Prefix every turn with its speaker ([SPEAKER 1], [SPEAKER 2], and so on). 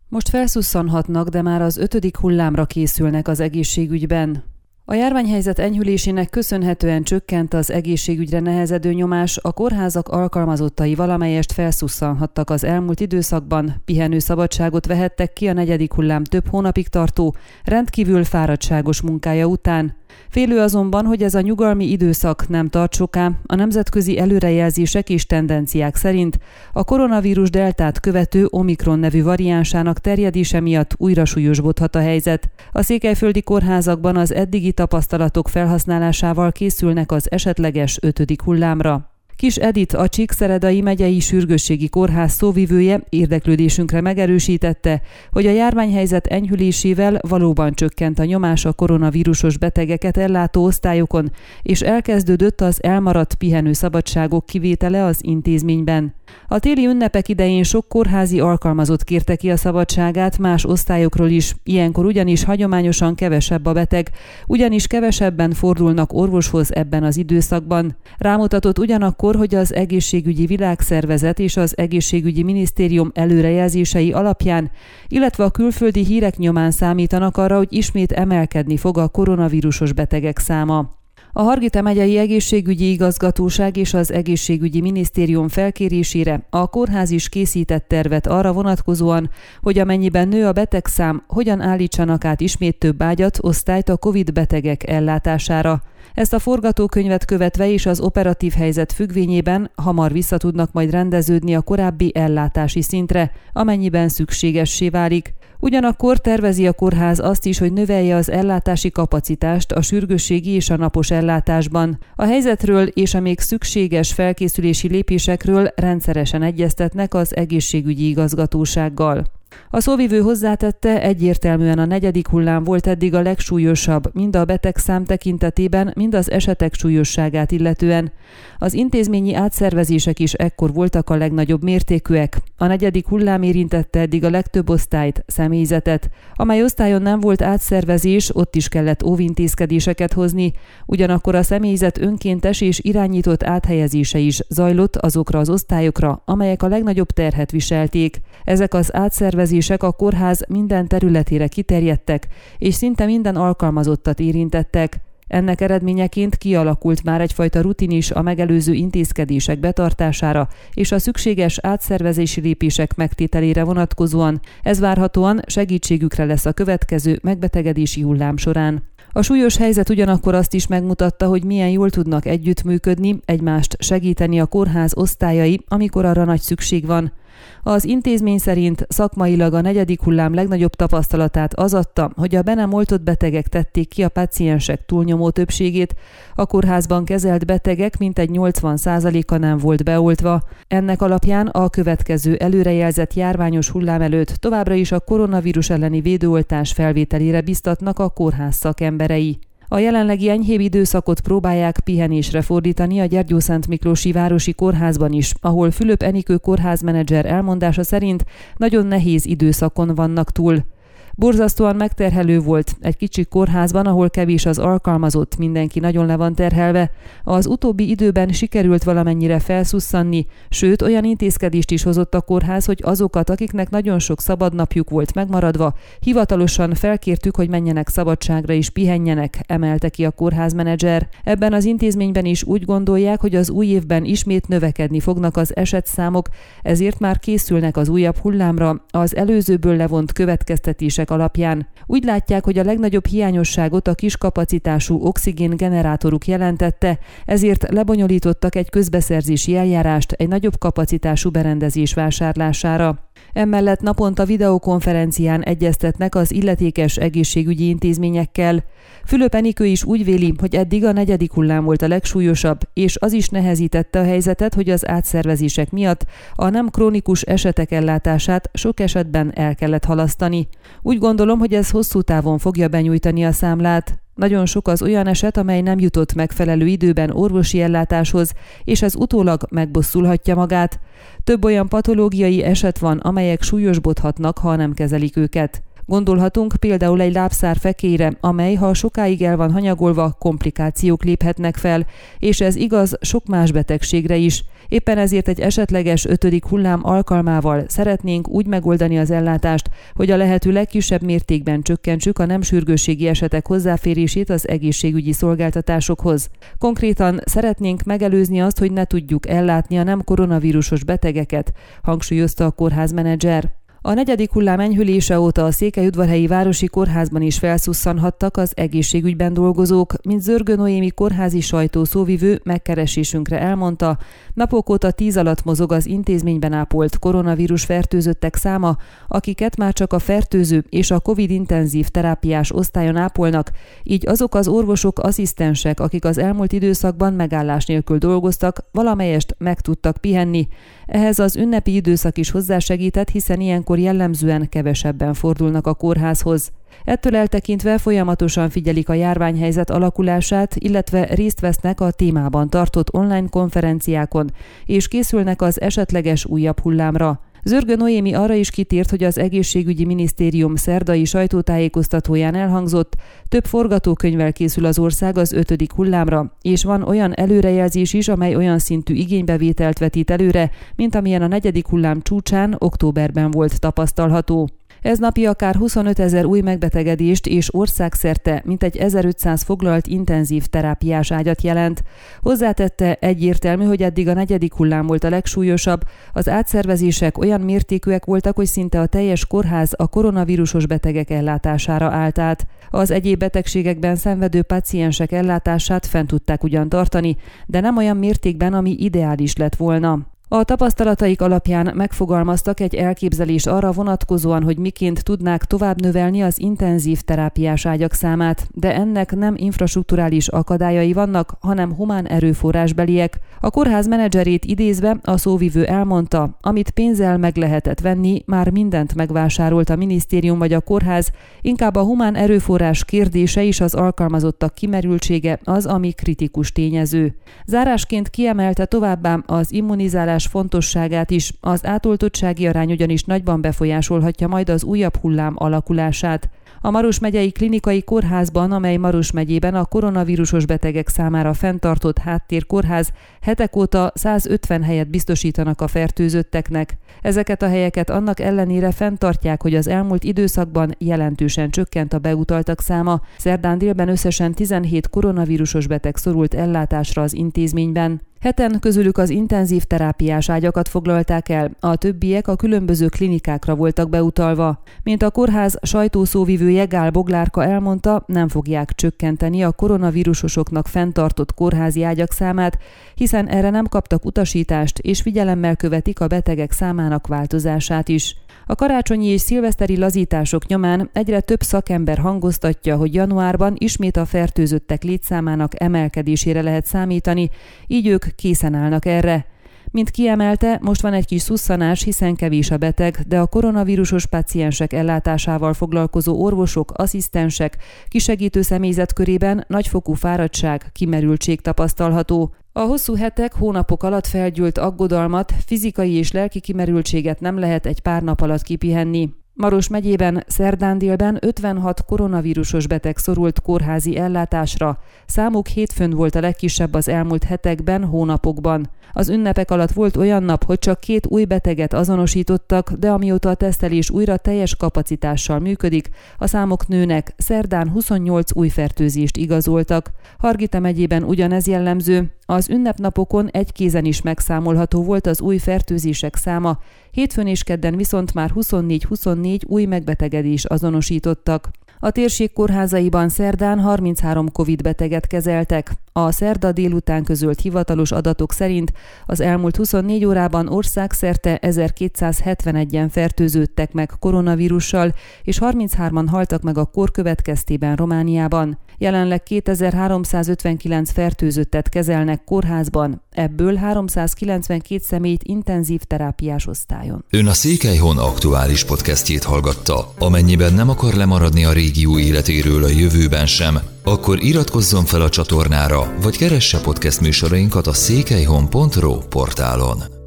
[SPEAKER 1] Most felszusszanhatnak, de már az 5. hullámra készülnek az egészségügyben. A járványhelyzet enyhülésének köszönhetően csökkent az egészségügyre nehezedő nyomás, a kórházak alkalmazottai valamelyest felszusszanhattak az elmúlt időszakban, pihenőszabadságot vehettek ki a 4. hullám több hónapig tartó, rendkívül fáradtságos munkája után. Félő azonban, hogy ez a nyugalmi időszak nem tart soká, a nemzetközi előrejelzések és tendenciák szerint a koronavírus deltát követő Omikron nevű variánsának terjedése miatt újra súlyosbodhat a helyzet. A székelyföldi kórházakban az eddigi tapasztalatok felhasználásával készülnek az esetleges 5. hullámra. Kis Edith, a Csíkszeredai megyei sürgősségi kórház szóvivője érdeklődésünkre megerősítette, hogy a járványhelyzet enyhülésével valóban csökkent a nyomás a koronavírusos betegeket ellátó osztályokon, és elkezdődött az elmaradt pihenőszabadságok kivétele az intézményben. A téli ünnepek idején sok kórházi alkalmazott kérte ki a szabadságát más osztályokról is, ilyenkor ugyanis hagyományosan kevesebb a beteg, ugyanis kevesebben fordulnak orvoshoz ebben az időszakban. Rámutatott ugyanakkor, hogy az Egészségügyi Világszervezet és az Egészségügyi Minisztérium előrejelzései alapján, illetve a külföldi hírek nyomán számítanak arra, hogy ismét emelkedni fog a koronavírusos betegek száma. A Hargita megyei egészségügyi igazgatóság és az egészségügyi minisztérium felkérésére a kórház is készített tervet arra vonatkozóan, hogy amennyiben nő a betegszám, hogyan állítsanak át ismét több ágyat, osztályt a COVID betegek ellátására. Ezt a forgatókönyvet követve és az operatív helyzet függvényében hamar vissza tudnak majd rendeződni a korábbi ellátási szintre, amennyiben szükségessé válik. Ugyanakkor tervezi a kórház azt is, hogy növelje az ellátási kapacitást a sürgősségi és a napos ellátásban. A helyzetről és a még szükséges felkészülési lépésekről rendszeresen egyeztetnek az egészségügyi igazgatósággal. A szóvivő hozzátette, egyértelműen a 4. hullám volt eddig a legsúlyosabb, mind a betegszám tekintetében, mind az esetek súlyosságát illetően. Az intézményi átszervezések is ekkor voltak a legnagyobb mértékűek. A 4. hullám érintette eddig a legtöbb osztályt, személyzetet. Amely osztályon nem volt átszervezés, ott is kellett óvintézkedéseket hozni, ugyanakkor a személyzet önkéntes és irányított áthelyezése is zajlott azokra az osztályokra, amelyek a legnagyobb terhet viselték. Ezek az átszervezések a kórház minden területére kiterjedtek, és szinte minden alkalmazottat érintettek. Ennek eredményeként kialakult már egyfajta rutin is a megelőző intézkedések betartására és a szükséges átszervezési lépések megtételére vonatkozóan, ez várhatóan segítségükre lesz a következő megbetegedési hullám során. A súlyos helyzet ugyanakkor azt is megmutatta, hogy milyen jól tudnak együttműködni, egymást segíteni a kórház osztályai, amikor arra nagy szükség van. Az intézmény szerint szakmailag a 4. hullám legnagyobb tapasztalatát az adta, hogy a be nem oltott betegek tették ki a páciensek túlnyomó többségét, a kórházban kezelt betegek mintegy 80%-a nem volt beoltva. Ennek alapján a következő előrejelzett járványos hullám előtt továbbra is a koronavírus elleni védőoltás felvételére biztatnak a kórház szakemberei. A jelenlegi enyhébb időszakot próbálják pihenésre fordítani a Gyergyószentmiklósi Városi Kórházban is, ahol Fülöp Enikő kórházmenedzser elmondása szerint nagyon nehéz időszakon vannak túl. Borzasztóan megterhelő volt egy kicsi kórházban, ahol kevés az alkalmazott, mindenki nagyon le van terhelve. Az utóbbi időben sikerült valamennyire felszusszanni, sőt olyan intézkedést is hozott a kórház, hogy azokat, akiknek nagyon sok szabadnapjuk volt megmaradva, hivatalosan felkértük, hogy menjenek szabadságra és pihenjenek, emelte ki a kórházmenedzser. Ebben az intézményben is úgy gondolják, hogy az új évben ismét növekedni fognak az esetszámok, ezért már készülnek az újabb hullámra, az előzőből levont következtetések alapján. Úgy látják, hogy a legnagyobb hiányosságot a kis kapacitású oxigéngenerátoruk jelentette, ezért lebonyolítottak egy közbeszerzési eljárást egy nagyobb kapacitású berendezés vásárlására. Emellett naponta videokonferencián egyeztetnek az illetékes egészségügyi intézményekkel. Fülöp Enikő is úgy véli, hogy eddig a 4. hullám volt a legsúlyosabb, és az is nehezítette a helyzetet, hogy az átszervezések miatt a nem krónikus esetek ellátását sok esetben el kellett halasztani. Úgy gondolom, hogy ez hosszú távon fogja benyújtani a számlát. Nagyon sok az olyan eset, amely nem jutott megfelelő időben orvosi ellátáshoz, és ez utólag megbosszulhatja magát. Több olyan patológiai eset van, amelyek súlyosbodhatnak, ha nem kezelik őket. Gondolhatunk például egy lábszárfekélyre, amely, ha sokáig el van hanyagolva, komplikációk léphetnek fel, és ez igaz sok más betegségre is. Éppen ezért egy esetleges 5. hullám alkalmával szeretnénk úgy megoldani az ellátást, hogy a lehető legkisebb mértékben csökkentsük a nem sürgősségi esetek hozzáférését az egészségügyi szolgáltatásokhoz. Konkrétan szeretnénk megelőzni azt, hogy ne tudjuk ellátni a nem koronavírusos betegeket, hangsúlyozta a kórházmenedzser. A 4. hullám enyhülése óta a Székelyudvarhelyi Városi Kórházban is felszusszanhattak az egészségügyben dolgozók, mint Zörgő Noémi kórházi sajtószóvivő megkeresésünkre elmondta, napok óta 10 alatt mozog az intézményben ápolt koronavírus fertőzöttek száma, akiket már csak a fertőző és a COVID-intenzív terápiás osztályon ápolnak, így azok az orvosok, asszisztensek, akik az elmúlt időszakban megállás nélkül dolgoztak, valamelyest meg tudtak pihenni. Ehhez az ünnepi időszak is hozzásegített, hiszen ilyenkor jellemzően kevesebben fordulnak a kórházhoz. Ettől eltekintve folyamatosan figyelik a járványhelyzet alakulását, illetve részt vesznek a témában tartott online konferenciákon, és készülnek az esetleges újabb hullámra. Zörgő Noémi arra is kitért, hogy az Egészségügyi Minisztérium szerdai sajtótájékoztatóján elhangzott, több forgatókönyvvel készül az ország az 5. hullámra, és van olyan előrejelzés is, amely olyan szintű igénybevételt vetít előre, mint amilyen a 4. hullám csúcsán októberben volt tapasztalható. Ez napi akár 25 000 új megbetegedést és országszerte mintegy 1500 foglalt intenzív terápiás ágyat jelent. Hozzátette, egyértelmű, hogy eddig a 4. hullám volt a legsúlyosabb, az átszervezések olyan mértékűek voltak, hogy szinte a teljes kórház a koronavírusos betegek ellátására állt át. Az egyéb betegségekben szenvedő páciensek ellátását fent tudták ugyan tartani, de nem olyan mértékben, ami ideális lett volna. A tapasztalataik alapján megfogalmaztak egy elképzelést arra vonatkozóan, hogy miként tudnák tovább növelni az intenzív terápiás ágyak számát, de ennek nem infrastrukturális akadályai vannak, hanem humán erőforrásbeliek. A kórház menedzserét idézve a szóvivő elmondta, amit pénzzel meg lehetett venni, már mindent megvásárolt a minisztérium vagy a kórház, inkább a humán erőforrás kérdése és az alkalmazottak kimerültsége az, ami kritikus tényező. Zárásként kiemelte továbbá az immunizálás fontosságát is, az átoltottsági arány ugyanis nagyban befolyásolhatja majd az újabb hullám alakulását. A Maros megyei klinikai kórházban, amely Maros megyében a koronavírusos betegek számára fenntartott háttérkórház, hetek óta 150 helyet biztosítanak a fertőzötteknek. Ezeket a helyeket annak ellenére fenntartják, hogy az elmúlt időszakban jelentősen csökkent a beutaltak száma. Szerdán délben összesen 17 koronavírusos beteg szorult ellátásra az intézményben. 7 közülük az intenzív terápiás ágyakat foglalták el, a többiek a különböző klinikákra voltak beutalva. Mint a kórház sajtószóvivője Gál Boglárka elmondta, nem fogják csökkenteni a koronavírusosoknak fenntartott kórházi ágyak számát, hiszen erre nem kaptak utasítást, és figyelemmel követik a betegek számának változását is. A karácsonyi és szilveszteri lazítások nyomán egyre több szakember hangoztatja, hogy januárban ismét a fertőzöttek létszámának emelkedésére lehet számítani, így ők készen állnak erre. Mint kiemelte, most van egy kis szusszanás, hiszen kevés a beteg, de a koronavírusos páciensek ellátásával foglalkozó orvosok, asszisztensek, kisegítő személyzet körében nagyfokú fáradtság, kimerültség tapasztalható. A hosszú hetek, hónapok alatt felgyűlt aggodalmat, fizikai és lelki kimerültséget nem lehet egy pár nap alatt kipihenni. Maros megyében szerdán délben 56 koronavírusos beteg szorult kórházi ellátásra, számuk hétfőn volt a legkisebb az elmúlt hetekben, hónapokban. Az ünnepek alatt volt olyan nap, hogy csak 2 új beteget azonosítottak, de amióta a tesztelés újra teljes kapacitással működik, a számok nőnek, szerdán 28 új fertőzést igazoltak. Hargita megyében ugyanez jellemző, az ünnepnapokon egy kézen is megszámolható volt az új fertőzések száma, hétfőn és kedden viszont már 24 új megbetegedést azonosítottak. A térség kórházaiban szerdán 33 Covid beteget kezeltek. A szerda délután közölt hivatalos adatok szerint az elmúlt 24 órában országszerte 1271-en fertőződtek meg koronavírussal, és 33-an haltak meg a kór következtében Romániában. Jelenleg 2359 fertőzöttet kezelnek kórházban, ebből 392 személyt intenzív terápiás osztályon.
[SPEAKER 2] Ön a Székelyhon aktuális podcastjét hallgatta. Amennyiben nem akar lemaradni a régió életéről a jövőben sem, akkor iratkozzon fel a csatornára, vagy keresse podcast műsorainkat a székelyhon.ro portálon.